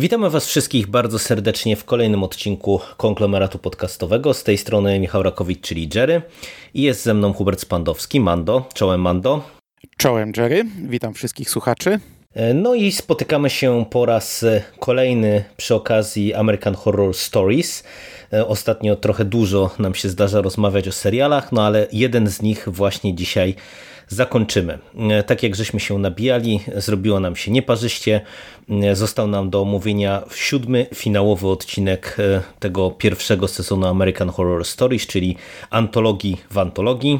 Witamy Was wszystkich bardzo serdecznie w kolejnym odcinku Konglomeratu Podcastowego. Z tej strony Michał Rakowicz, czyli Jerry, i jest ze mną Hubert Spandowski, Mando. Czołem, Mando. Czołem, Jerry. Witam wszystkich słuchaczy. No i spotykamy się po raz kolejny przy okazji American Horror Stories. Ostatnio trochę dużo nam się zdarza rozmawiać o serialach, no ale jeden z nich właśnie dzisiaj zakończymy. Tak jak żeśmy się nabijali, zrobiło nam się nieparzyście. Został nam do omówienia 7. finałowy odcinek tego pierwszego sezonu American Horror Stories, czyli antologii w antologii.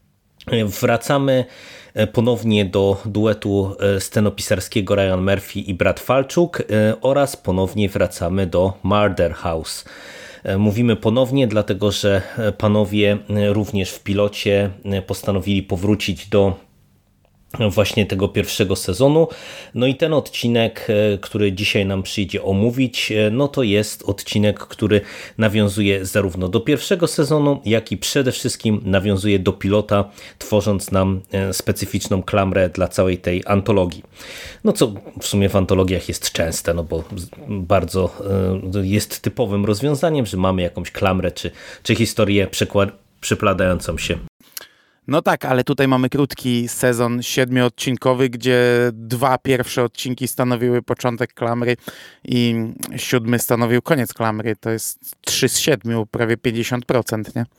Wracamy ponownie do duetu scenopisarskiego Ryan Murphy i Brad Falchuk oraz ponownie wracamy do Murder House. Mówimy ponownie, dlatego że panowie również w pilocie postanowili powrócić do właśnie tego pierwszego sezonu. No i ten odcinek, który dzisiaj nam przyjdzie omówić, no to jest odcinek, który nawiązuje zarówno do pierwszego sezonu, jak i przede wszystkim nawiązuje do pilota, tworząc nam specyficzną klamrę dla całej tej antologii. No co w sumie w antologiach jest częste, no bo bardzo jest typowym rozwiązaniem, że mamy jakąś klamrę czy historię przepladającą się. No tak, ale tutaj mamy krótki sezon 7-odcinkowy, gdzie 2 pierwsze odcinki stanowiły początek klamry i 7 stanowił koniec klamry. To jest 3 z 7, prawie 50%, nie?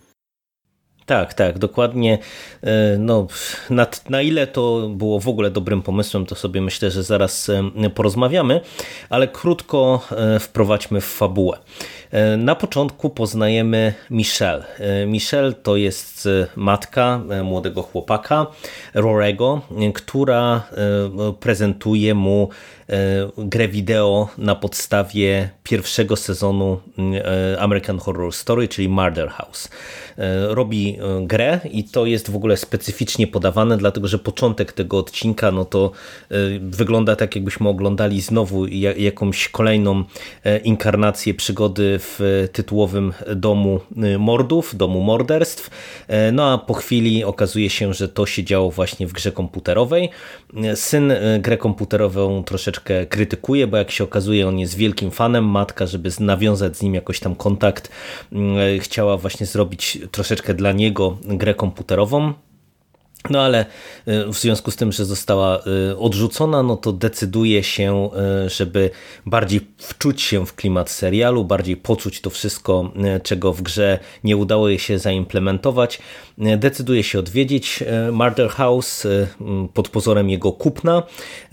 Tak, dokładnie. No, na ile to było w ogóle dobrym pomysłem, to sobie myślę, że zaraz porozmawiamy, ale krótko wprowadźmy w fabułę. Na początku poznajemy Michelle. Michelle to jest matka młodego chłopaka, Rorego, która prezentuje mu grę wideo na podstawie pierwszego sezonu American Horror Story, czyli Murder House. Robi grę i to jest w ogóle specyficznie podawane, dlatego że początek tego odcinka no to wygląda tak, jakbyśmy oglądali znowu jakąś kolejną inkarnację przygody w tytułowym domu mordów, domu morderstw. No a po chwili okazuje się, że to się działo właśnie w grze komputerowej. Syn grę komputerową troszeczkę krytykuje, bo jak się okazuje, on jest wielkim fanem. Matka, żeby nawiązać z nim jakoś tam kontakt, chciała właśnie zrobić troszeczkę dla niego grę komputerową. No ale w związku z tym, że została odrzucona, no to decyduje się, żeby bardziej wczuć się w klimat serialu, bardziej poczuć to wszystko, czego w grze nie udało jej się zaimplementować. Decyduje się odwiedzić Murder House pod pozorem jego kupna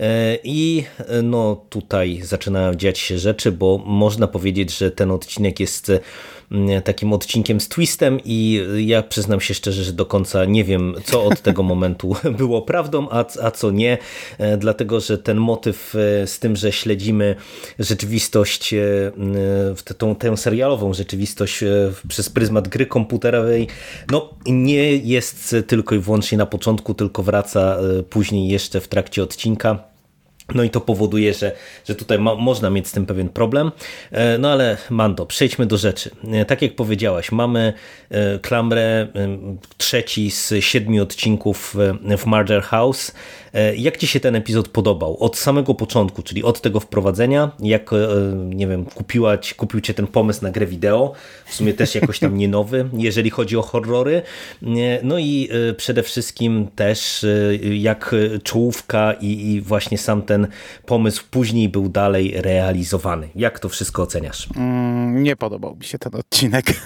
i no tutaj zaczynają dziać się rzeczy, bo można powiedzieć, że ten odcinek jest takim odcinkiem z twistem i ja przyznam się szczerze, że do końca nie wiem, co od tego momentu było prawdą, a co nie, dlatego że ten motyw z tym, że śledzimy rzeczywistość, tę serialową rzeczywistość przez pryzmat gry komputerowej, no nie jest tylko i wyłącznie na początku, tylko wraca później jeszcze w trakcie odcinka. No i to powoduje, że tutaj można mieć z tym pewien problem. No ale Mando, przejdźmy do rzeczy. Tak jak powiedziałaś, mamy klamrę, 3 z 7 odcinków w Murder House. Jak Ci się ten epizod podobał? Od samego początku, czyli od tego wprowadzenia, jak, nie wiem, kupił Cię ten pomysł na grę wideo, w sumie też jakoś tam nie nowy, jeżeli chodzi o horrory. No i przede wszystkim też jak czołówka i właśnie sam ten pomysł później był dalej realizowany. Jak to wszystko oceniasz? Nie podobał mi się ten odcinek.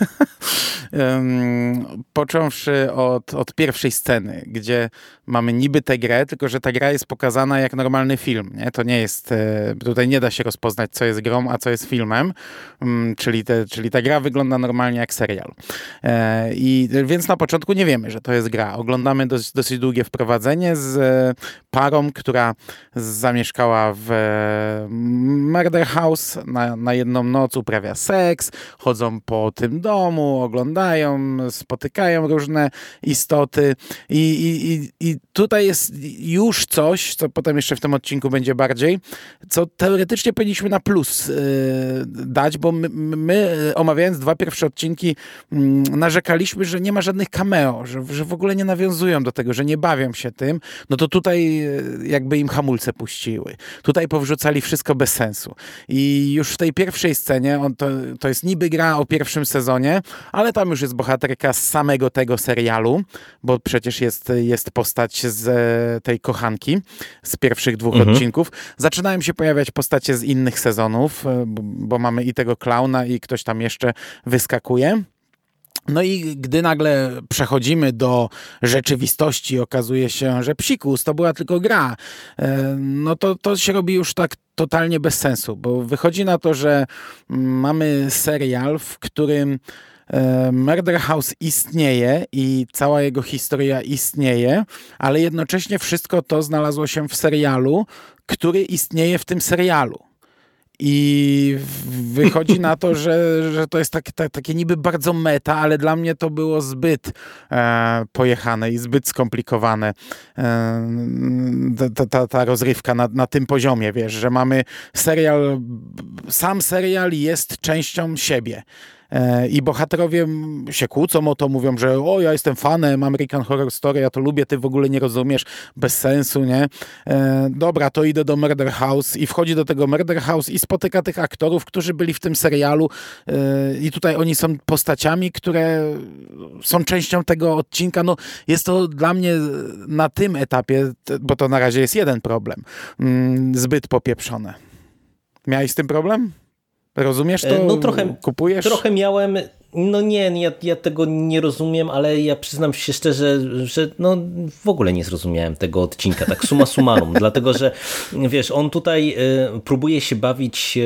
Począwszy od pierwszej sceny, gdzie mamy niby tę grę, tylko że ta gra jest pokazana jak normalny film. Nie? To nie jest, tutaj nie da się rozpoznać, co jest grą, a co jest filmem, czyli ta gra wygląda normalnie jak serial. Więc na początku nie wiemy, że to jest gra. Oglądamy dosyć długie wprowadzenie z parą, która zamieszkała w Murder House na jedną noc, uprawia seks, chodzą po tym domu, oglądają, spotykają różne istoty i tutaj jest już coś, co potem jeszcze w tym odcinku będzie bardziej, co teoretycznie powinniśmy na plus dać, bo my omawiając 2 pierwsze odcinki narzekaliśmy, że nie ma żadnych cameo, że w ogóle nie nawiązują do tego, że nie bawią się tym, no to tutaj jakby im hamulce puścili. puściły. Tutaj powrzucali wszystko bez sensu. I już w tej pierwszej scenie, to jest niby gra o pierwszym sezonie, ale tam już jest bohaterka z samego tego serialu, bo przecież jest postać z tej kochanki z pierwszych 2 odcinków. Zaczynają się pojawiać postacie z innych sezonów, bo mamy i tego klauna, i ktoś tam jeszcze wyskakuje. No i gdy nagle przechodzimy do rzeczywistości, okazuje się, że Psikus to była tylko gra, no to się robi już tak totalnie bez sensu, bo wychodzi na to, że mamy serial, w którym Murder House istnieje i cała jego historia istnieje, ale jednocześnie wszystko to znalazło się w serialu, który istnieje w tym serialu. I wychodzi na to, że to jest takie niby bardzo meta, ale dla mnie to było zbyt pojechane i zbyt skomplikowane. Ta rozrywka na tym poziomie, wiesz, że mamy serial, sam serial jest częścią siebie. I bohaterowie się kłócą o to, mówią, że ja jestem fanem American Horror Story, ja to lubię, ty w ogóle nie rozumiesz, bez sensu, nie? Dobra, to idę do Murder House i wchodzi do tego Murder House i spotyka tych aktorów, którzy byli w tym serialu i tutaj oni są postaciami, które są częścią tego odcinka. No, jest to dla mnie na tym etapie, bo to na razie jest jeden problem, zbyt popieprzone. Miałeś z tym problem? Rozumiesz to? No trochę, kupujesz? Trochę miałem. No nie, ja tego nie rozumiem, ale ja przyznam się szczerze, że no w ogóle nie zrozumiałem tego odcinka, tak summa summarum, dlatego że wiesz, on tutaj próbuje się bawić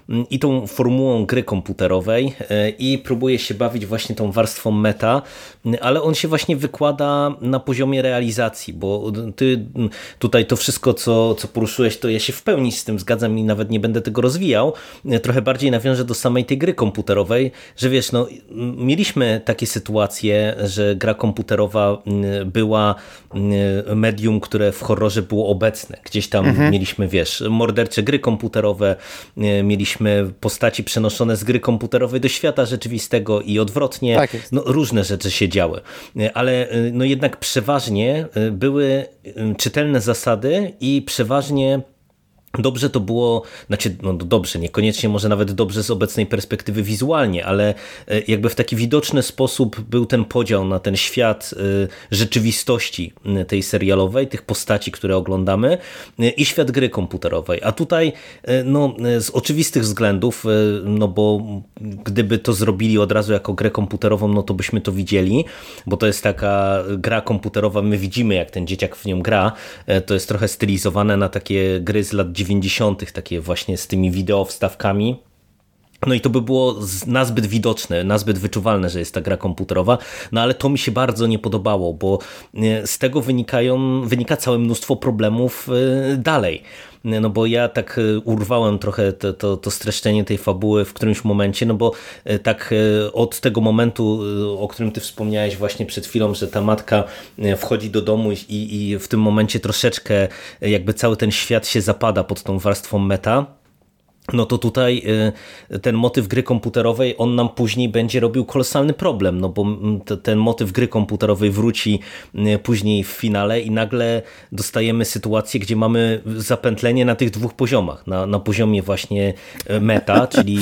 i tą formułą gry komputerowej i próbuje się bawić właśnie tą warstwą meta, ale on się właśnie wykłada na poziomie realizacji, bo ty tutaj to wszystko, co poruszyłeś, to ja się w pełni z tym zgadzam i nawet nie będę tego rozwijał. Trochę bardziej nawiążę do samej tej gry komputerowej, że wiesz, no mieliśmy takie sytuacje, że gra komputerowa była medium, które w horrorze było obecne. Gdzieś tam mieliśmy, wiesz, mordercze gry komputerowe, mieliśmy postaci przenoszone z gry komputerowej do świata rzeczywistego i odwrotnie. Tak jest. No, różne rzeczy się działy. Ale no jednak przeważnie były czytelne zasady i przeważnie dobrze to było, znaczy no dobrze, niekoniecznie może nawet dobrze z obecnej perspektywy wizualnie, ale jakby w taki widoczny sposób był ten podział na ten świat rzeczywistości tej serialowej, tych postaci, które oglądamy i świat gry komputerowej. A tutaj no, z oczywistych względów, no bo gdyby to zrobili od razu jako grę komputerową, no to byśmy to widzieli, bo to jest taka gra komputerowa, my widzimy jak ten dzieciak w nią gra, to jest trochę stylizowane na takie gry z lat 90., takie właśnie z tymi wideo wstawkami. No i to by było nazbyt widoczne, nazbyt wyczuwalne, że jest ta gra komputerowa, no ale to mi się bardzo nie podobało, bo z tego wynika całe mnóstwo problemów dalej. No bo ja tak urwałem trochę to streszczenie tej fabuły w którymś momencie, no bo tak od tego momentu, o którym ty wspomniałeś właśnie przed chwilą, że ta matka wchodzi do domu i w tym momencie troszeczkę jakby cały ten świat się zapada pod tą warstwą meta. No to tutaj ten motyw gry komputerowej, on nam później będzie robił kolosalny problem, no bo ten motyw gry komputerowej wróci później w finale i nagle dostajemy sytuację, gdzie mamy zapętlenie na tych 2 poziomach. Na poziomie właśnie meta, czyli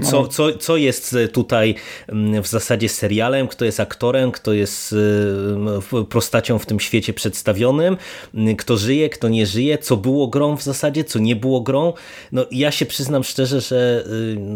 co jest tutaj w zasadzie serialem, kto jest aktorem, kto jest postacią w tym świecie przedstawionym, kto żyje, kto nie żyje, co było grą w zasadzie, co nie było grą. No ja się przyznam szczerze, że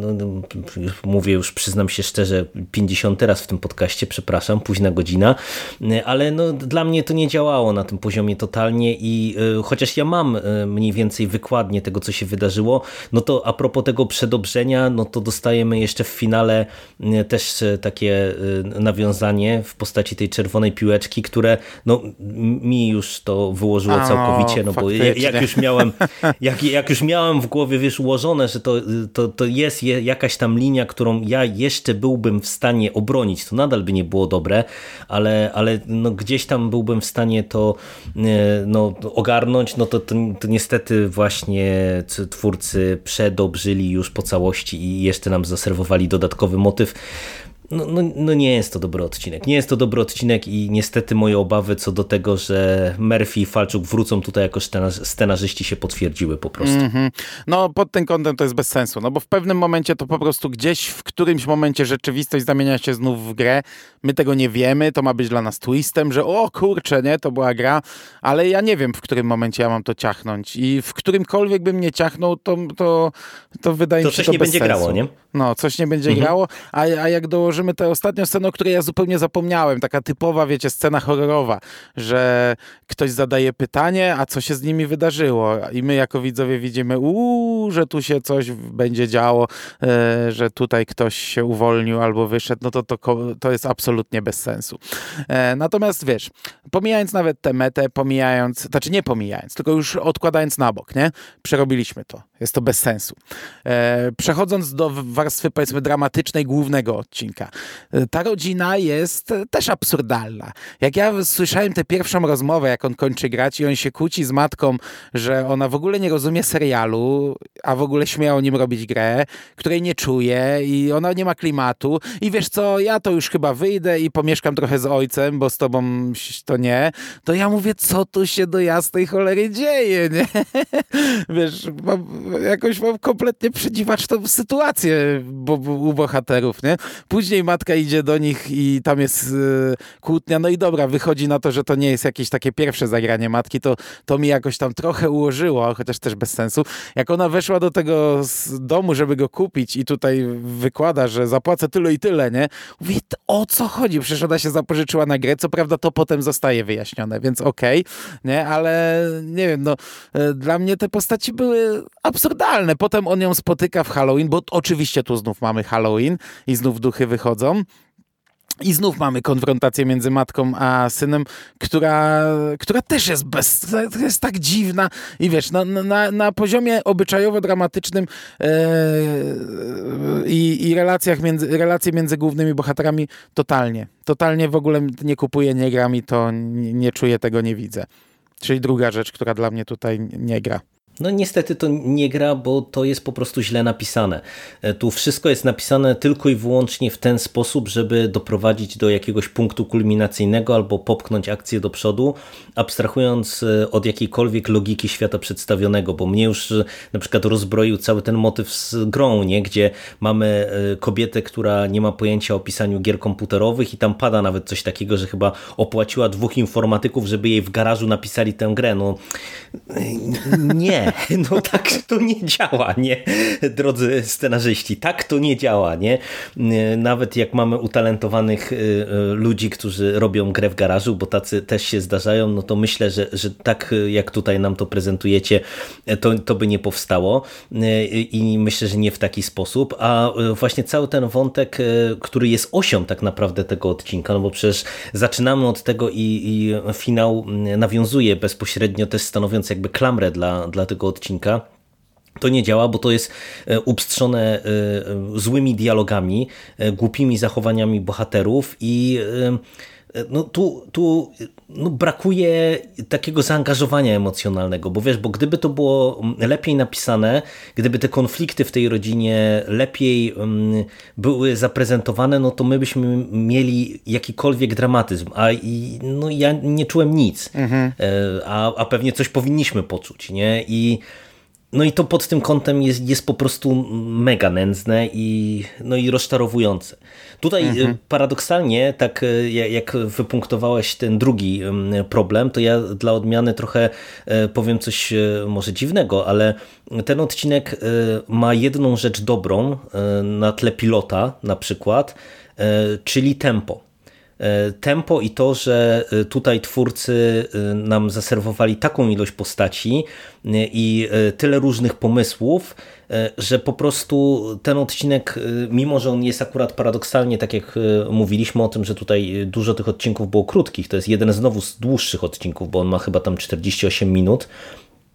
przyznam się szczerze 50 raz w tym podcaście, przepraszam, późna godzina, ale no dla mnie to nie działało na tym poziomie totalnie i chociaż ja mam mniej więcej wykładnię tego, co się wydarzyło, no to a propos tego przedobrzenia, no to dostajemy jeszcze w finale też takie nawiązanie w postaci tej czerwonej piłeczki, które no mi już to wyłożyło całkowicie, no bo jak już miałem w głowie, wiesz, ułożone, że to jest jakaś tam linia, którą ja jeszcze byłbym w stanie obronić, to nadal by nie było dobre, ale no gdzieś tam byłbym w stanie to no, ogarnąć, no to niestety właśnie twórcy przedobrzyli już po całości i jeszcze nam zaserwowali dodatkowy motyw. No nie jest to dobry odcinek. Nie jest to dobry odcinek i niestety moje obawy co do tego, że Murphy i Falczuk wrócą tutaj jako scenarzyści się potwierdziły po prostu. No pod tym kątem to jest bez sensu, no bo w pewnym momencie to po prostu gdzieś w którymś momencie rzeczywistość zamienia się znów w grę. My tego nie wiemy, to ma być dla nas twistem, że o kurczę, nie, to była gra, ale ja nie wiem, w którym momencie ja mam to ciachnąć i w którymkolwiek bym nie ciachnął, to wydaje mi się, to coś nie będzie grało, nie? No, coś nie będzie grało, a jak dołożymy tę ostatnią scenę, o której ja zupełnie zapomniałem, taka typowa, wiecie, scena horrorowa, że ktoś zadaje pytanie, a co się z nimi wydarzyło i my jako widzowie widzimy, że tu się coś będzie działo, że tutaj ktoś się uwolnił albo wyszedł, no to jest absolutnie bez sensu. Natomiast wiesz, pomijając nawet tę metę, nie pomijając, tylko już odkładając na bok, nie? Przerobiliśmy to. Jest to bez sensu. Przechodząc do warstwy, powiedzmy, dramatycznej głównego odcinka. Ta rodzina jest też absurdalna. Jak ja słyszałem tę pierwszą rozmowę, jak on kończy grać i on się kłóci z matką, że ona w ogóle nie rozumie serialu, a w ogóle śmie o nim robić grę, której nie czuje i ona nie ma klimatu i wiesz co, ja to już chyba wyjdę i pomieszkam trochę z ojcem, bo z tobą to nie, to ja mówię, co tu się do jasnej cholery dzieje, nie? Wiesz, mam kompletnie przedziwaczną sytuację u bohaterów, nie? Później matka idzie do nich i tam jest kłótnia, no i dobra, wychodzi na to, że to nie jest jakieś takie pierwsze zagranie matki, to mi jakoś tam trochę ułożyło, chociaż też bez sensu. Jak ona weszła do tego domu, żeby go kupić i tutaj wykłada, że zapłacę tyle i tyle, nie? Mówię, o co chodzi? Przecież ona się zapożyczyła na grę, co prawda to potem zostaje wyjaśnione, więc okej, nie? Ale nie wiem, no dla mnie te postaci były absurdalne. Potem on ją spotyka w Halloween, bo oczywiście tu znów mamy Halloween i znów duchy wychodzą. I znów mamy konfrontację między matką a synem, która też jest tak dziwna. I wiesz, na poziomie obyczajowo-dramatycznym i relacje między głównymi bohaterami totalnie w ogóle nie kupuję, nie gram i to nie czuję tego, nie widzę. Czyli druga rzecz, która dla mnie tutaj nie gra. No niestety to nie gra, bo to jest po prostu źle napisane. Tu wszystko jest napisane tylko i wyłącznie w ten sposób, żeby doprowadzić do jakiegoś punktu kulminacyjnego albo popchnąć akcję do przodu, abstrahując od jakiejkolwiek logiki świata przedstawionego, bo mnie już na przykład rozbroił cały ten motyw z grą, nie? Gdzie mamy kobietę, która nie ma pojęcia o pisaniu gier komputerowych i tam pada nawet coś takiego, że chyba opłaciła 2 informatyków, żeby jej w garażu napisali tę grę. No nie. No tak to nie działa, nie? Drodzy scenarzyści, tak to nie działa, nie? Nawet jak mamy utalentowanych ludzi, którzy robią grę w garażu, bo tacy też się zdarzają, no to myślę, że tak jak tutaj nam to prezentujecie, to by nie powstało i myślę, że nie w taki sposób, a właśnie cały ten wątek, który jest osią tak naprawdę tego odcinka, no bo przecież zaczynamy od tego i finał nawiązuje bezpośrednio, też stanowiąc jakby klamrę dla tego odcinka. To nie działa, bo to jest upstrzone złymi dialogami, głupimi zachowaniami bohaterów i no tu brakuje takiego zaangażowania emocjonalnego, bo wiesz, bo gdyby to było lepiej napisane, gdyby te konflikty w tej rodzinie lepiej były zaprezentowane, no to my byśmy mieli jakikolwiek dramatyzm, no ja nie czułem nic, a pewnie coś powinniśmy poczuć, nie? No i to pod tym kątem jest po prostu mega nędzne i rozczarowujące. Tutaj paradoksalnie, tak jak wypunktowałeś ten drugi problem, to ja dla odmiany trochę powiem coś może dziwnego, ale ten odcinek ma jedną rzecz dobrą na tle pilota na przykład, czyli tempo. Tempo i to, że tutaj twórcy nam zaserwowali taką ilość postaci i tyle różnych pomysłów, że po prostu ten odcinek, mimo że on jest akurat paradoksalnie, tak jak mówiliśmy o tym, że tutaj dużo tych odcinków było krótkich, to jest jeden znowu z dłuższych odcinków, bo on ma chyba tam 48 minut,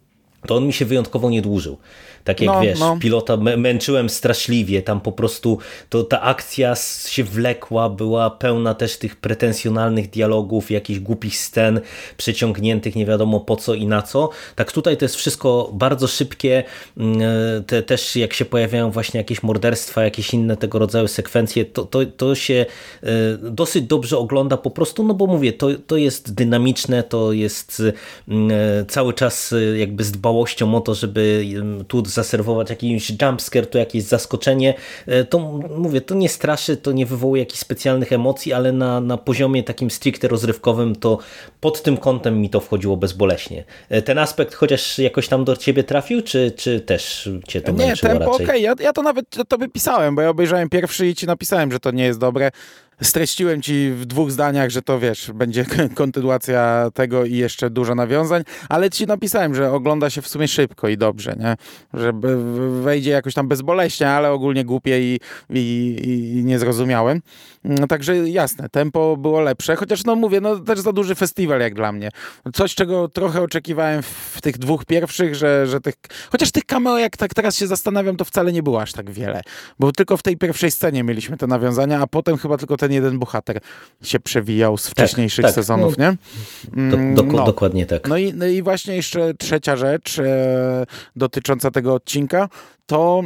to on mi się wyjątkowo nie dłużył. Tak jak wiesz, pilota męczyłem straszliwie, tam po prostu ta akcja się wlekła, była pełna też tych pretensjonalnych dialogów, jakichś głupich scen, przeciągniętych nie wiadomo po co i na co. Tak tutaj to jest wszystko bardzo szybkie, też jak się pojawiają właśnie jakieś morderstwa, jakieś inne tego rodzaju sekwencje, to się dosyć dobrze ogląda po prostu, no bo mówię, to jest dynamiczne, to jest cały czas jakby z dbałością o to, żeby tu zaserwować jakiś jumpscare, tu jakieś zaskoczenie, to mówię, to nie straszy, to nie wywołuje jakichś specjalnych emocji, ale na poziomie takim stricte rozrywkowym to pod tym kątem mi to wchodziło bezboleśnie. Ten aspekt chociaż jakoś tam do ciebie trafił, czy też cię to męczyło raczej? Okej. Ja to nawet tobie pisałem, bo ja obejrzałem pierwszy i ci napisałem, że to nie jest dobre. Streściłem ci w 2 zdaniach, że to wiesz, będzie kontynuacja tego i jeszcze dużo nawiązań, ale ci napisałem, że ogląda się w sumie szybko i dobrze, nie? Że wejdzie jakoś tam bezboleśnie, ale ogólnie głupie i niezrozumiałe. Także jasne, tempo było lepsze, chociaż no mówię, no też za duży festiwal jak dla mnie. Coś, czego trochę oczekiwałem w tych 2 pierwszych, że chociaż tych cameo, jak tak teraz się zastanawiam, to wcale nie było aż tak wiele, bo tylko w tej pierwszej scenie mieliśmy te nawiązania, a potem chyba tylko ten jeden bohater się przewijał z wcześniejszych sezonów, nie? Dokładnie tak. No i właśnie jeszcze trzecia rzecz dotycząca tego odcinka, to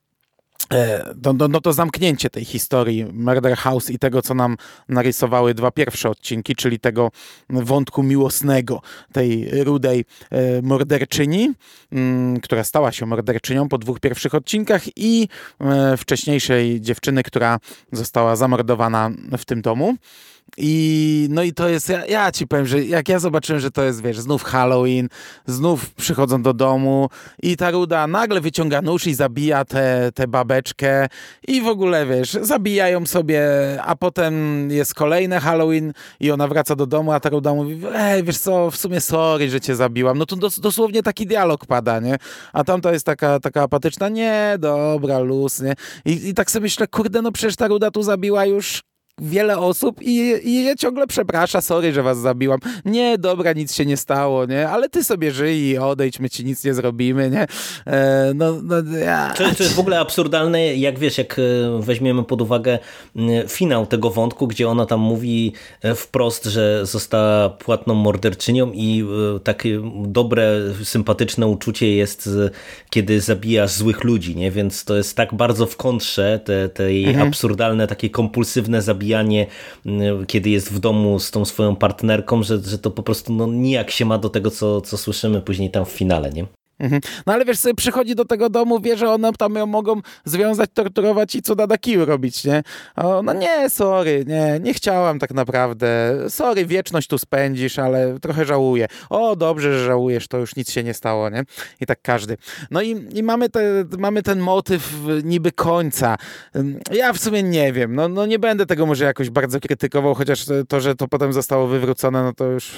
zamknięcie tej historii Murder House i tego, co nam narysowały 2 pierwsze odcinki, czyli tego wątku miłosnego tej rudej morderczyni, która stała się morderczynią po 2 pierwszych odcinkach i wcześniejszej dziewczyny, która została zamordowana w tym domu. I to jest, ja ci powiem, że jak ja zobaczyłem, że to jest, wiesz, znów Halloween, znów przychodzą do domu i ta ruda nagle wyciąga nóż i zabija tę babeczkę i w ogóle, wiesz, zabijają sobie, a potem jest kolejne Halloween i ona wraca do domu, a ta ruda mówi, wiesz co, w sumie sorry, że cię zabiłam. No to dosłownie taki dialog pada, nie? A tamta jest taka apatyczna, nie, dobra, luz, nie? I tak sobie myślę, kurde, no przecież ta ruda tu zabiła już wiele osób i je ciągle przeprasza, sorry, że was zabiłam. Nie, dobra, nic się nie stało, nie? Ale ty sobie żyj i odejdź, my ci nic nie zrobimy, nie? To jest w ogóle absurdalne, jak wiesz, jak weźmiemy pod uwagę finał tego wątku, gdzie ona tam mówi wprost, że została płatną morderczynią i takie dobre, sympatyczne uczucie jest, kiedy zabijasz złych ludzi, nie? Więc to jest tak bardzo w kontrze te jej absurdalne, takie kompulsywne zabijanie, kiedy jest w domu z tą swoją partnerką, że to po prostu nijak się ma do tego, co słyszymy później tam w finale, nie? No ale wiesz, sobie przychodzi do tego domu, wie, że one tam ją mogą związać, torturować i cuda na kiju robić, nie? No nie, sorry, nie chciałam tak naprawdę. Sorry, wieczność tu spędzisz, ale trochę żałuję. O, dobrze, że żałujesz, to już nic się nie stało, nie? I tak każdy. No i mamy ten motyw niby końca. Ja w sumie nie wiem, no nie będę tego może jakoś bardzo krytykował, chociaż to, że to potem zostało wywrócone, no to już...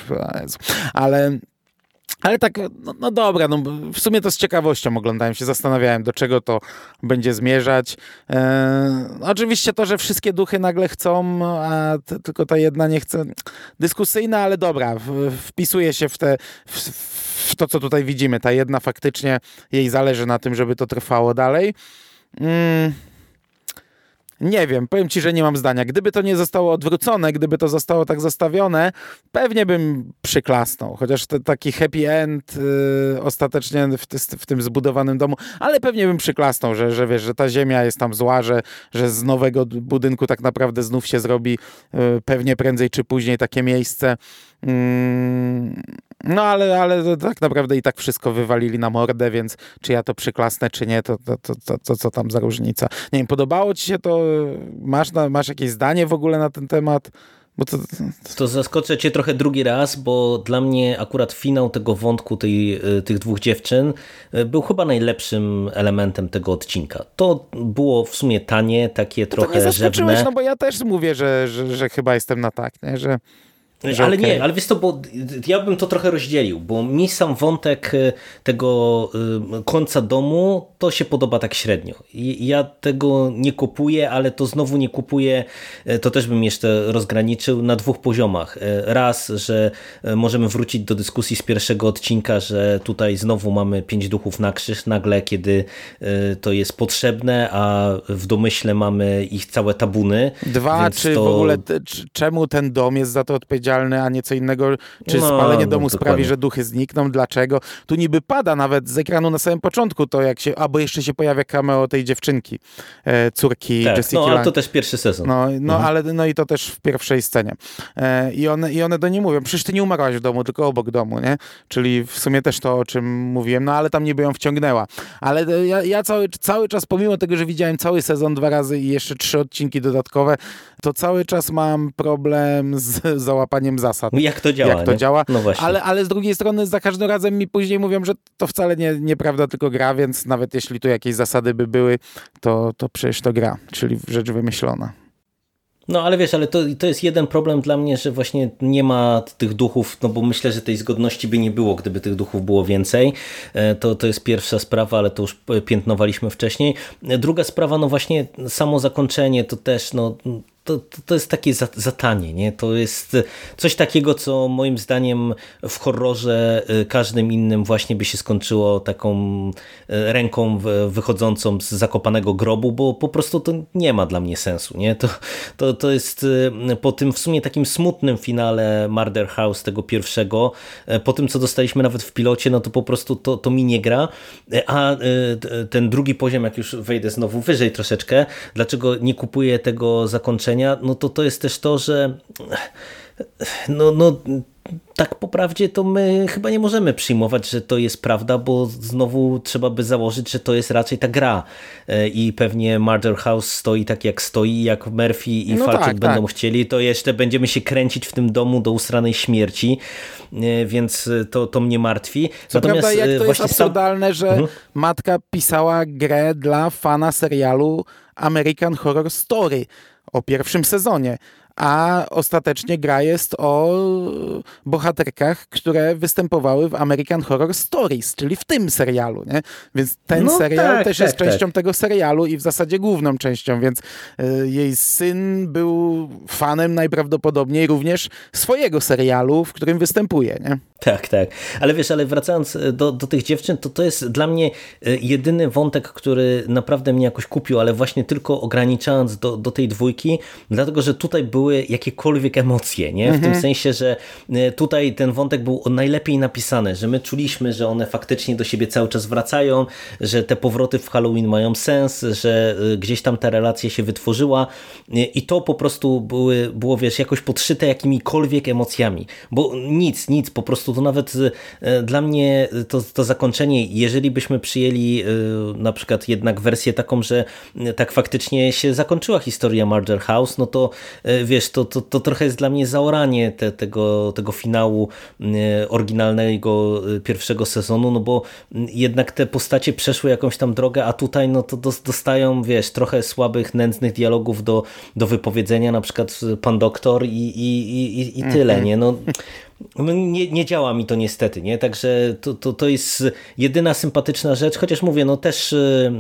Ale tak, no dobra, no w sumie to z ciekawością oglądałem się, zastanawiałem, do czego to będzie zmierzać. Oczywiście to, że wszystkie duchy nagle chcą, a tylko ta jedna nie chce, dyskusyjna, ale dobra, wpisuje się w to, co tutaj widzimy. Ta jedna faktycznie, jej zależy na tym, żeby to trwało dalej. Nie wiem, powiem ci, że nie mam zdania. Gdyby to nie zostało odwrócone, gdyby to zostało tak zostawione, pewnie bym przyklasnął. Chociaż taki happy end ostatecznie w tym zbudowanym domu, ale pewnie bym przyklasnął, że wiesz, że ta ziemia jest tam zła, że z nowego budynku tak naprawdę znów się zrobi pewnie prędzej czy później takie miejsce. No ale tak naprawdę i tak wszystko wywalili na mordę, więc czy ja to przyklasnę, czy nie, to co tam za różnica. Nie wiem, podobało ci się to? Masz jakieś zdanie w ogóle na ten temat? Bo to zaskoczę cię trochę drugi raz, bo dla mnie akurat finał tego wątku tych 2 dziewczyn był chyba najlepszym elementem tego odcinka. To było w sumie tanie, takie trochę to nie zaskoczyłeś, rzewne. No bo ja też mówię, że chyba jestem na tak, nie? Że... Ale okay. nie, ale wiesz to, bo ja bym to trochę rozdzielił, bo mi sam wątek tego końca domu to się podoba tak średnio. Ja tego nie kupuję, ale to znowu nie kupuję, to też bym jeszcze rozgraniczył na dwóch poziomach. Raz, że możemy wrócić do dyskusji z pierwszego odcinka, że tutaj znowu mamy 5 duchów na krzyż nagle, kiedy to jest potrzebne, a w domyśle mamy ich całe tabuny. Dwa, czy w ogóle czemu ten dom jest za to odpowiedzialny, a nie co innego? Czy spalenie domu sprawi, że duchy znikną? Dlaczego? Tu niby pada nawet z ekranu na samym początku to, jak się, bo jeszcze się pojawia cameo tej dziewczynki, córki Jessica Lange. Ale to też pierwszy sezon. Ale i to też w pierwszej scenie. I one do niej mówią, przecież ty nie umarłaś w domu, tylko obok domu, nie? Czyli w sumie też to, o czym mówiłem, ale tam niby ją wciągnęła. Ale ja cały czas, pomimo tego, że widziałem cały sezon 2 razy i jeszcze 3 odcinki dodatkowe, to cały czas mam problem z załapaniem zasad. Jak to działa. No właśnie. Ale z drugiej strony za każdym razem mi później mówią, że to wcale nieprawda, tylko gra, więc nawet jeśli tu jakieś zasady by były, to przecież to gra, czyli rzecz wymyślona. No ale wiesz, ale to jest jeden problem dla mnie, że właśnie nie ma tych duchów, no bo myślę, że tej zgodności by nie było, gdyby tych duchów było więcej. To jest pierwsza sprawa, ale to już piętnowaliśmy wcześniej. Druga sprawa, no właśnie samo zakończenie, to też to jest takie zatanie, nie? To jest coś takiego, co moim zdaniem w horrorze każdym innym właśnie by się skończyło taką ręką wychodzącą z zakopanego grobu, bo po prostu to nie ma dla mnie sensu, nie? To jest po tym w sumie takim smutnym finale Murder House tego pierwszego, po tym co dostaliśmy nawet w pilocie, no to po prostu to mi nie gra, a ten drugi poziom, jak już wejdę znowu wyżej troszeczkę, dlaczego nie kupuję tego zakończenia, no to jest też to, że tak po prawdzie to my chyba nie możemy przyjmować, że to jest prawda, bo znowu trzeba by założyć, że to jest raczej ta gra i pewnie Murder House stoi tak jak stoi, jak Murphy i Falczuk będą chcieli, to jeszcze będziemy się kręcić w tym domu do usranej śmierci, więc to mnie martwi. Co prawda, jak to jest absurdalne, że matka pisała grę dla fana serialu American Horror Story o pierwszym sezonie, a ostatecznie gra jest o bohaterkach, które występowały w American Horror Stories, czyli w tym serialu, nie? Więc ten serial też jest częścią tego serialu i w zasadzie główną częścią, więc jej syn był fanem najprawdopodobniej również swojego serialu, w którym występuje, nie? Tak. Ale wiesz, wracając do tych dziewczyn, to jest dla mnie jedyny wątek, który naprawdę mnie jakoś kupił, ale właśnie tylko ograniczając do tej dwójki, dlatego, że tutaj były jakiekolwiek emocje, nie? W tym sensie, że tutaj ten wątek był najlepiej napisany, że my czuliśmy, że one faktycznie do siebie cały czas wracają, że te powroty w Halloween mają sens, że gdzieś tam ta relacja się wytworzyła i to po prostu było, wiesz, jakoś podszyte jakimikolwiek emocjami, bo nic, po prostu to nawet dla mnie to zakończenie, jeżeli byśmy przyjęli na przykład jednak wersję taką, że tak faktycznie się zakończyła historia Murder House, no to wiesz, to trochę jest dla mnie zaoranie tego finału oryginalnego pierwszego sezonu, no bo jednak te postacie przeszły jakąś tam drogę, a tutaj no to dostają, wiesz, trochę słabych, nędznych dialogów do wypowiedzenia, na przykład pan doktor i tyle, nie? No, nie działa mi to niestety, nie? Także to jest jedyna sympatyczna rzecz, chociaż mówię, no też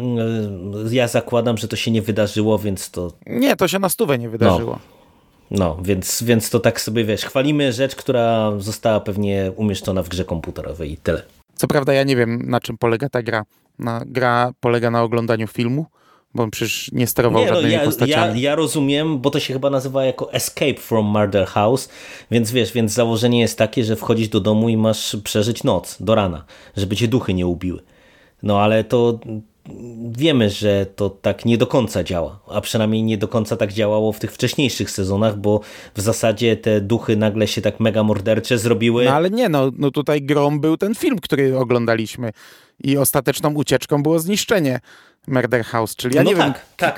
ja zakładam, że to się nie wydarzyło, więc to... Nie, to się na stówę nie wydarzyło. No, więc to tak sobie, wiesz, chwalimy rzecz, która została pewnie umieszczona w grze komputerowej i tyle. Co prawda ja nie wiem, na czym polega ta gra. Gra polega na oglądaniu filmu, bo on przecież nie sterował żadnymi postaciami. Ja rozumiem, bo to się chyba nazywa jako Escape from Murder House, więc wiesz, więc założenie jest takie, że wchodzisz do domu i masz przeżyć noc do rana, żeby cię duchy nie ubiły. No ale to wiemy, że to tak nie do końca działa, a przynajmniej nie do końca tak działało w tych wcześniejszych sezonach, bo w zasadzie te duchy nagle się tak mega mordercze zrobiły. No ale nie, no tutaj grą był ten film, który oglądaliśmy i ostateczną ucieczką było zniszczenie Murder House, czyli ja nie wiem,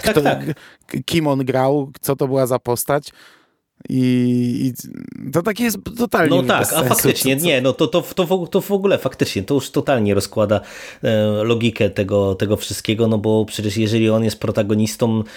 kim on grał, co to była za postać. I to takie jest totalnie no tak, a faktycznie nie, no to w ogóle faktycznie to już totalnie rozkłada logikę tego wszystkiego, no bo przecież jeżeli on jest protagonistą,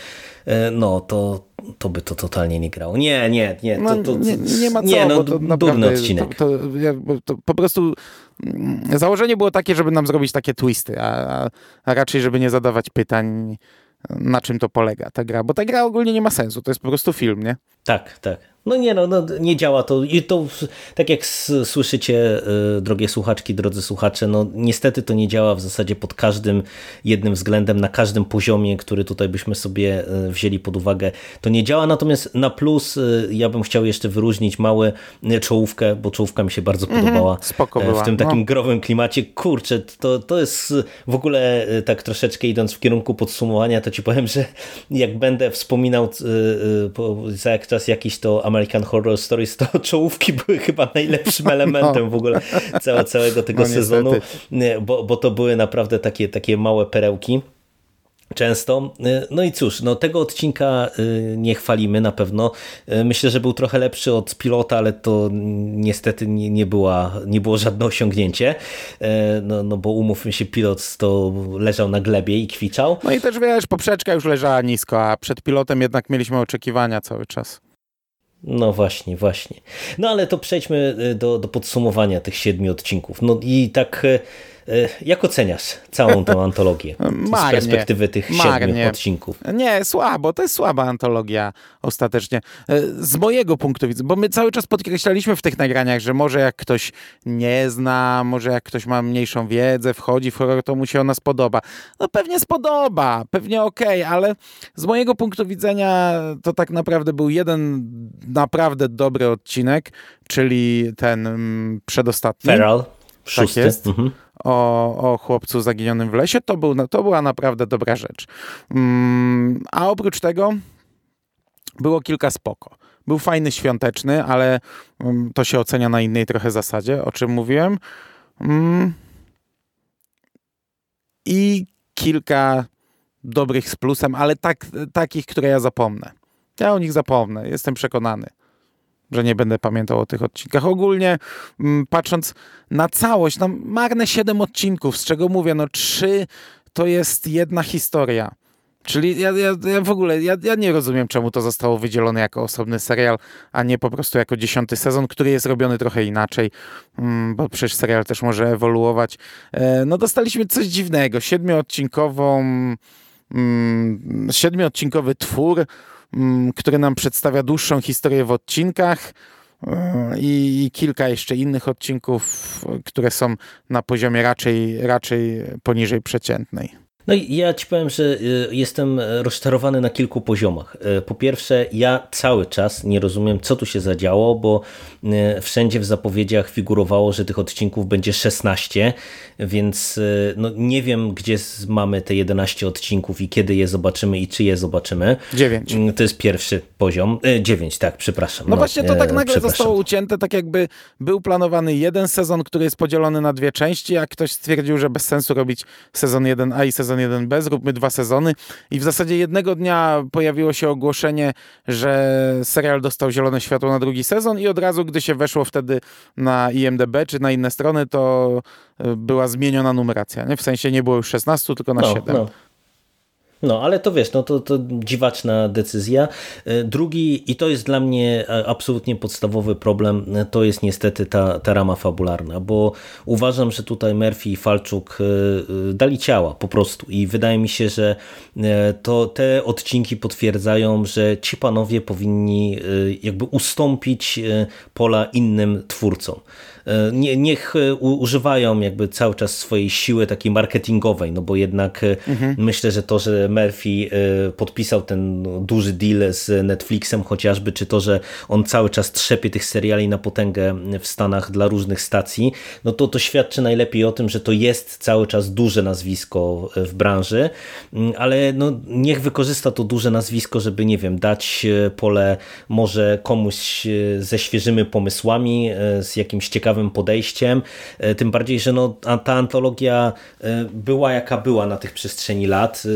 no to by to totalnie nie grało. Nie. No, nie ma co, no, bo to naprawdę, durny odcinek. To po prostu założenie było takie, żeby nam zrobić takie twisty, a raczej, żeby nie zadawać pytań, na czym to polega ta gra, bo ta gra ogólnie nie ma sensu, to jest po prostu film, nie? Tak. No nie działa to i to tak jak słyszycie, drogie słuchaczki, drodzy słuchacze, no niestety to nie działa w zasadzie pod każdym jednym względem, na każdym poziomie, który tutaj byśmy sobie wzięli pod uwagę, to nie działa, natomiast na plus ja bym chciał jeszcze wyróżnić małe czołówkę, bo czołówka mi się bardzo podobała spoko była, w tym takim growym klimacie. Kurczę, to jest w ogóle tak troszeczkę idąc w kierunku podsumowania, to ci powiem, że jak będę wspominał za jakiś czas jakiś to American Horror Stories, to czołówki były chyba najlepszym elementem w ogóle całego tego sezonu, bo to były naprawdę takie małe perełki często. No i cóż, no tego odcinka nie chwalimy na pewno. Myślę, że był trochę lepszy od pilota, ale to niestety nie było żadne osiągnięcie. No bo umówmy się, pilot to leżał na glebie i kwiczał. No i też wiesz, poprzeczka już leżała nisko, a przed pilotem jednak mieliśmy oczekiwania cały czas. No właśnie. No ale to przejdźmy do podsumowania tych 7 odcinków. No i tak jak oceniasz całą tę antologię z perspektywy tych 7 odcinków? Nie, słabo. To jest słaba antologia ostatecznie. Z mojego punktu widzenia, bo my cały czas podkreślaliśmy w tych nagraniach, że może jak ktoś nie zna, może jak ktoś ma mniejszą wiedzę, wchodzi w horror, to mu się ona spodoba. No pewnie spodoba, pewnie okej, ale z mojego punktu widzenia to tak naprawdę był jeden naprawdę dobry odcinek, czyli ten przedostatni. Feral. 6. Tak jest. O chłopcu zaginionym w lesie, to była naprawdę dobra rzecz. A oprócz tego było kilka spoko. Był fajny, świąteczny, ale to się ocenia na innej trochę zasadzie, o czym mówiłem. I kilka dobrych z plusem, ale takich, które ja zapomnę. Ja o nich zapomnę, jestem przekonany, że nie będę pamiętał o tych odcinkach. Ogólnie patrząc na całość, no marne 7 odcinków, z czego mówię, 3 to jest jedna historia. Czyli ja w ogóle nie rozumiem, czemu to zostało wydzielone jako osobny serial, a nie po prostu jako 10. sezon, który jest robiony trochę inaczej, bo przecież serial też może ewoluować. No dostaliśmy coś dziwnego, 7-odcinkowy twór, który nam przedstawia dłuższą historię w odcinkach i kilka jeszcze innych odcinków, które są na poziomie raczej poniżej przeciętnej. No i ja ci powiem, że jestem rozczarowany na kilku poziomach. Po pierwsze, ja cały czas nie rozumiem, co tu się zadziało, bo wszędzie w zapowiedziach figurowało, że tych odcinków będzie 16, więc no nie wiem, gdzie mamy te 11 odcinków i kiedy je zobaczymy i czy je zobaczymy. 9. To jest pierwszy poziom. 9, tak, przepraszam. No właśnie to tak nagle zostało ucięte, tak jakby był planowany jeden sezon, który jest podzielony na 2 części, a ktoś stwierdził, że bez sensu robić sezon 1A i sezon 1B, zróbmy 2 sezony i w zasadzie jednego dnia pojawiło się ogłoszenie, że serial dostał zielone światło na drugi sezon i od razu, gdy się weszło wtedy na IMDb czy na inne strony, to była zmieniona numeracja, nie? W sensie nie było już 16, tylko na 7. No, ale to wiesz, no to dziwaczna decyzja. Drugi, i to jest dla mnie absolutnie podstawowy problem, to jest niestety ta rama fabularna, bo uważam, że tutaj Murphy i Falczuk dali ciała po prostu i wydaje mi się, że te odcinki potwierdzają, że ci panowie powinni jakby ustąpić pola innym twórcom. Niech używają jakby cały czas swojej siły takiej marketingowej, no bo jednak myślę, że to, że Murphy podpisał ten duży deal z Netflixem chociażby, czy to, że on cały czas trzepie tych seriali na potęgę w Stanach dla różnych stacji, no to świadczy najlepiej o tym, że to jest cały czas duże nazwisko w branży, ale no niech wykorzysta to duże nazwisko, żeby, nie wiem, dać pole może komuś ze świeżymi pomysłami, z jakimś ciekawym podejściem, tym bardziej, że no, ta antologia była jaka była na tych przestrzeni lat, były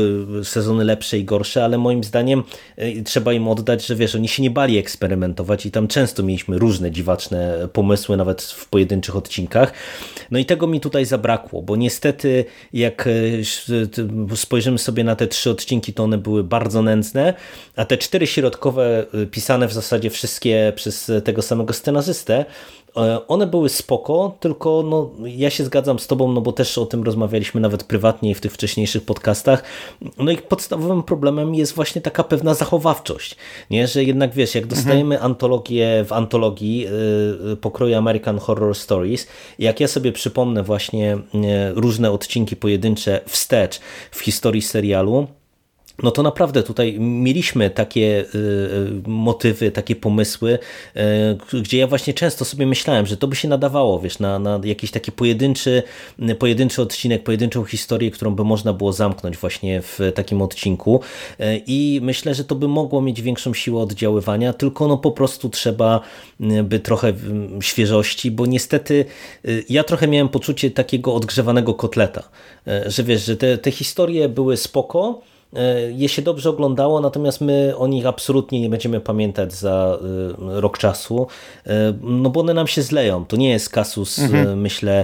były sezony lepsze i gorsze, ale moim zdaniem trzeba im oddać, że wiesz, oni się nie bali eksperymentować i tam często mieliśmy różne dziwaczne pomysły, nawet w pojedynczych odcinkach. No i tego mi tutaj zabrakło, bo niestety jak spojrzymy sobie na te 3 odcinki, to one były bardzo nędzne, a te 4 środkowe, pisane w zasadzie wszystkie przez tego samego scenarzystę, one były spoko, tylko no, ja się zgadzam z tobą, no bo też o tym rozmawialiśmy nawet prywatnie w tych wcześniejszych podcastach. No i podstawowym problemem jest właśnie taka pewna zachowawczość, nie? Że jednak wiesz, jak dostajemy antologię w antologii pokroju American Horror Stories, jak ja sobie przypomnę właśnie różne odcinki pojedyncze wstecz w historii serialu, no to naprawdę tutaj mieliśmy takie motywy, takie pomysły, gdzie ja właśnie często sobie myślałem, że to by się nadawało, wiesz, na jakiś taki pojedynczy odcinek, pojedynczą historię, którą by można było zamknąć właśnie w takim odcinku i myślę, że to by mogło mieć większą siłę oddziaływania, tylko no po prostu trzeba by trochę świeżości, bo niestety ja trochę miałem poczucie takiego odgrzewanego kotleta, że wiesz, że te historie były spoko, je się dobrze oglądało, natomiast my o nich absolutnie nie będziemy pamiętać za rok czasu, no bo one nam się zleją. To nie jest kasus, myślę,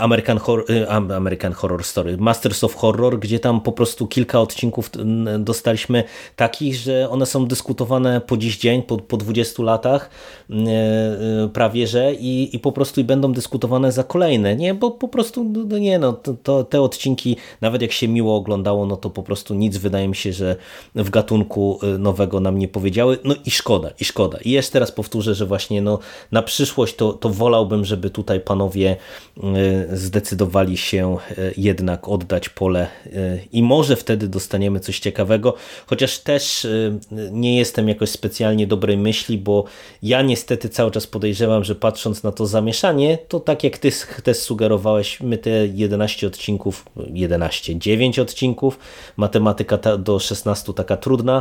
American Horror Story, Masters of Horror, gdzie tam po prostu kilka odcinków dostaliśmy takich, że one są dyskutowane po dziś dzień, po 20 latach prawie, że i po prostu będą dyskutowane za kolejne, nie? Bo po prostu, no nie, no te odcinki, nawet jak się miło oglądało, no to po prostu nic, wydaje mi się, że w gatunku nowego nam nie powiedziały. No i szkoda, i szkoda. I jeszcze raz powtórzę, że właśnie no, na przyszłość to wolałbym, żeby tutaj panowie zdecydowali się jednak oddać pole i może wtedy dostaniemy coś ciekawego, chociaż też nie jestem jakoś specjalnie dobrej myśli, bo ja niestety cały czas podejrzewam, że patrząc na to zamieszanie, to tak jak ty też sugerowałeś, my te 9 odcinków, matematyka do 16 taka trudna,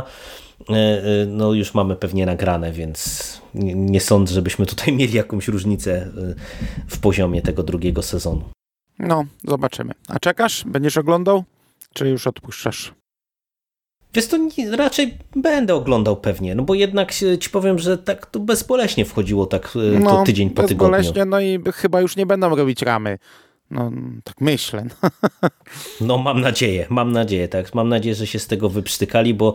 no już mamy pewnie nagrane, więc nie sądzę, żebyśmy tutaj mieli jakąś różnicę w poziomie tego drugiego sezonu. No, zobaczymy. A czekasz? Będziesz oglądał? Czy już odpuszczasz? Wiesz, to raczej będę oglądał pewnie, no bo jednak ci powiem, że tak to bezboleśnie wchodziło tak to tydzień po tygodniu. Bezboleśnie, no i chyba już nie będą robić ramy. No, tak myślę. No mam nadzieję, tak. Mam nadzieję, że się z tego wyprztykali, bo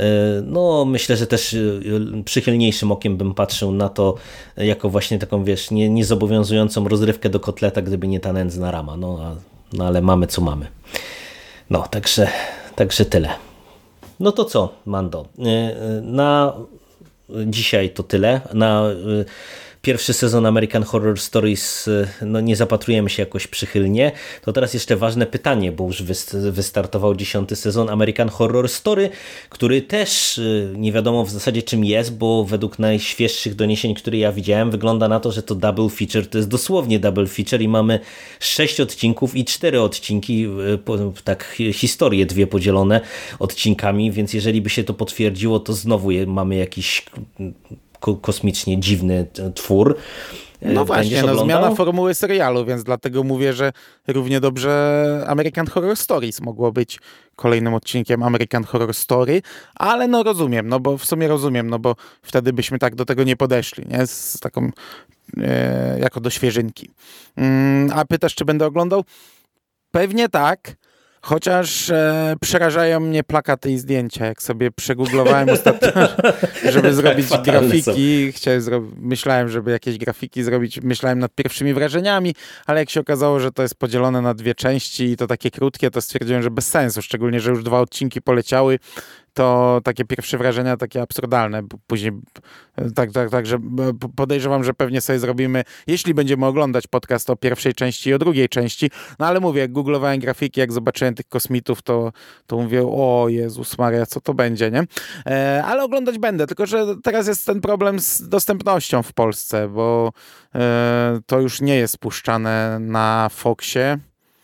no myślę, że też przychylniejszym okiem bym patrzył na to jako właśnie taką, wiesz, niezobowiązującą rozrywkę do kotleta, gdyby nie ta nędzna rama. No ale mamy co mamy. No, także tyle. No to co, Mando? Na dzisiaj to tyle. Na pierwszy sezon American Horror Stories no nie zapatrujemy się jakoś przychylnie. To teraz jeszcze ważne pytanie, bo już wystartował 10. sezon American Horror Story, który też nie wiadomo w zasadzie czym jest, bo według najświeższych doniesień, które ja widziałem, wygląda na to, że to double feature, to jest dosłownie double feature i mamy 6 odcinków i 4 odcinki, tak historie 2 podzielone odcinkami, więc jeżeli by się to potwierdziło, to znowu mamy jakiś kosmicznie dziwny twór. No właśnie, zmiana formuły serialu, więc dlatego mówię, że równie dobrze American Horror Stories mogło być kolejnym odcinkiem American Horror Story, ale no rozumiem, no bo w sumie rozumiem, no bo wtedy byśmy tak do tego nie podeszli, nie? Z taką jako do świeżynki. A pytasz, czy będę oglądał? Pewnie tak. Chociaż przerażają mnie plakaty i zdjęcia. Jak sobie przegooglowałem ostatnio, żeby zrobić grafiki, myślałem, żeby jakieś grafiki zrobić, myślałem nad pierwszymi wrażeniami, ale jak się okazało, że to jest podzielone na 2 części i to takie krótkie, to stwierdziłem, że bez sensu, szczególnie, że już 2 odcinki poleciały, to takie pierwsze wrażenia takie absurdalne. Później że podejrzewam, że pewnie sobie zrobimy, jeśli będziemy oglądać podcast o pierwszej części i o drugiej części, no ale mówię, jak googlowałem grafiki, jak zobaczyłem tych kosmitów, to mówię, o Jezus Maria, co to będzie, nie? Ale oglądać będę, tylko że teraz jest ten problem z dostępnością w Polsce, bo to już nie jest puszczane na Foxie,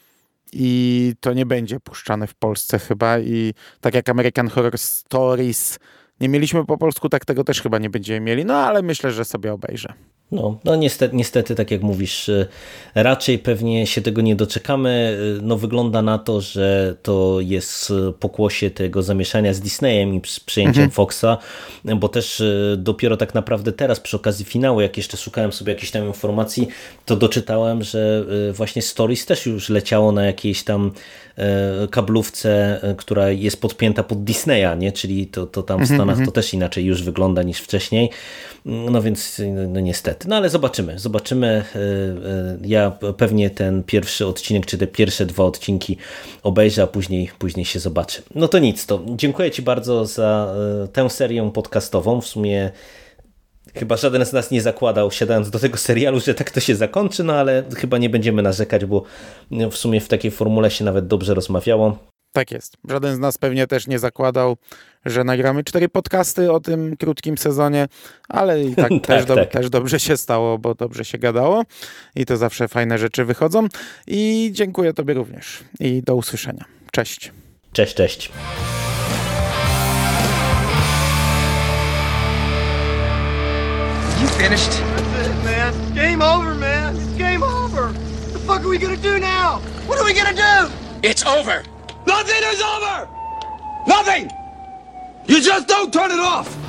i to nie będzie puszczane w Polsce chyba i tak jak American Horror Stories nie mieliśmy po polsku, tak tego też chyba nie będziemy mieli, no ale myślę, że sobie obejrzę. No niestety, tak jak mówisz, raczej pewnie się tego nie doczekamy. No wygląda na to, że to jest pokłosie tego zamieszania z Disneyem i przyjęciem Foxa, bo też dopiero tak naprawdę teraz przy okazji finału, jak jeszcze szukałem sobie jakichś tam informacji, to doczytałem, że właśnie Stories też już leciało na jakiejś tam kablówce, która jest podpięta pod Disneya, nie? Czyli to tam w Stanach to też inaczej już wygląda niż wcześniej. No więc no niestety. No ale zobaczymy. Ja pewnie ten pierwszy odcinek, czy te pierwsze 2 odcinki obejrzę, a później się zobaczy. No to nic, to dziękuję Ci bardzo za tę serię podcastową. W sumie chyba żaden z nas nie zakładał, siadając do tego serialu, że tak to się zakończy, no ale chyba nie będziemy narzekać, bo w sumie w takiej formule się nawet dobrze rozmawiało. Tak jest. Żaden z nas pewnie też nie zakładał, że nagramy 4 podcasty o tym krótkim sezonie, ale i tak, też dobrze się stało, bo dobrze się gadało i to zawsze fajne rzeczy wychodzą. I dziękuję Tobie również. I do usłyszenia. Cześć. Cześć. You finished? That's it, man. Game over, man. It's game over. What the fuck are we gonna do now? What are we gonna do? It's over. Nothing is over! Nothing! You just don't turn it off!